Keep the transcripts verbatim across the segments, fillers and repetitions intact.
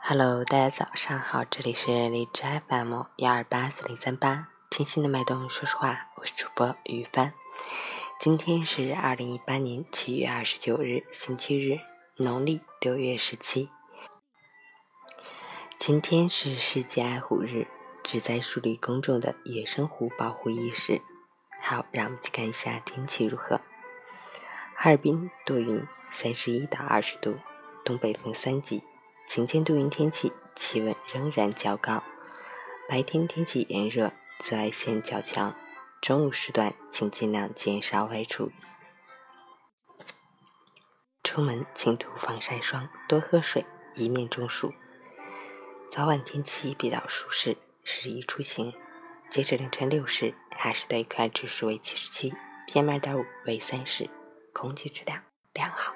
Hello， 大家早上好，这里是荔枝 F M 幺二八四零三八，听心的脉动，说实话，我是主播于帆。今天是二零一八年七月二十九日，星期日，农历六月十七。今天是世界爱虎日，旨在树立公众的野生虎保护意识。好，让我们去看一下天气如何。哈尔滨多云，三十一到二十度，东北风三级。晴间多云天气，气温仍然较高，白天天气炎热，紫外线较强，中午时段请尽量减少外出。出门请涂防晒霜，多喝水，以免中暑。早晚天气比较舒适，适宜出行。截止凌晨六时，哈市的 A Q I 指数为七十七 ，P M 二点五 为三十，空气质量良好。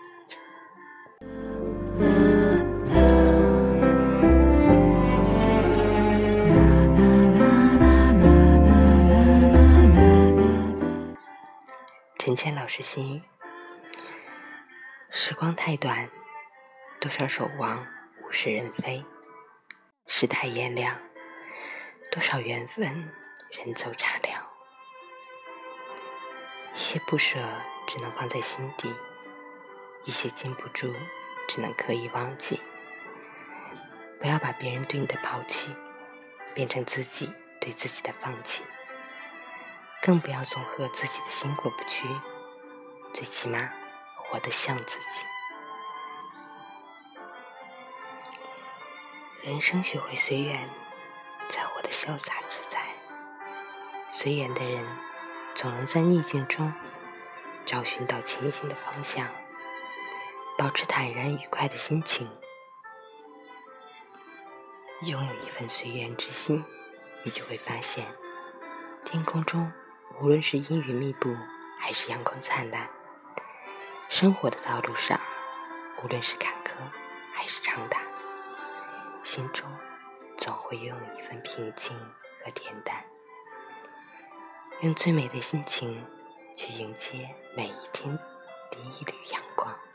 陈倩老师心语：时光太短，多少守望物是人非；世态炎凉，多少缘分人走茶凉。一些不舍只能放在心底，一些禁不住只能刻意忘记。不要把别人对你的抛弃变成自己对自己的放弃，更不要总和自己的心过不去，最起码活得像自己。人生学会随缘，才活得潇洒自在。随缘的人总能在逆境中找寻到前行的方向，保持坦然愉快的心情。拥有一份随缘之心，你就会发现天空中无论是阴云密布还是阳光灿烂，生活的道路上无论是坎坷还是长达，心中总会拥有一份平静和恬淡。用最美的心情去迎接每一天第一缕阳光。